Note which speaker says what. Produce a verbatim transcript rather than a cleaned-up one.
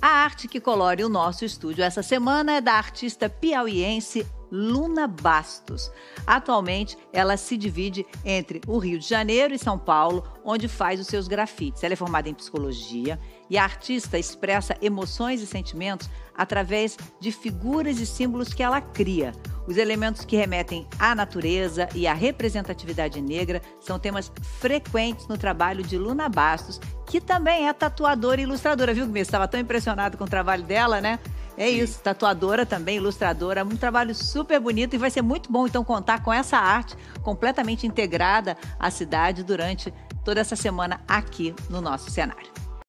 Speaker 1: A arte que colore o nosso estúdio essa semana é da artista piauiense Luna Bastos. Atualmente, ela se divide entre o Rio de Janeiro e São Paulo, onde faz os seus grafites. Ela é formada em psicologia e a artista expressa emoções e sentimentos através de figuras e símbolos que ela cria. Os elementos que remetem à natureza e à representatividade negra são temas frequentes no trabalho de Luna Bastos, que também é tatuadora e ilustradora. Viu, Gui? Você estava tão impressionado com o trabalho dela, né? É isso, tatuadora também, ilustradora, um trabalho super bonito e vai ser muito bom, então, contar com essa arte completamente integrada à cidade durante toda essa semana aqui no nosso cenário.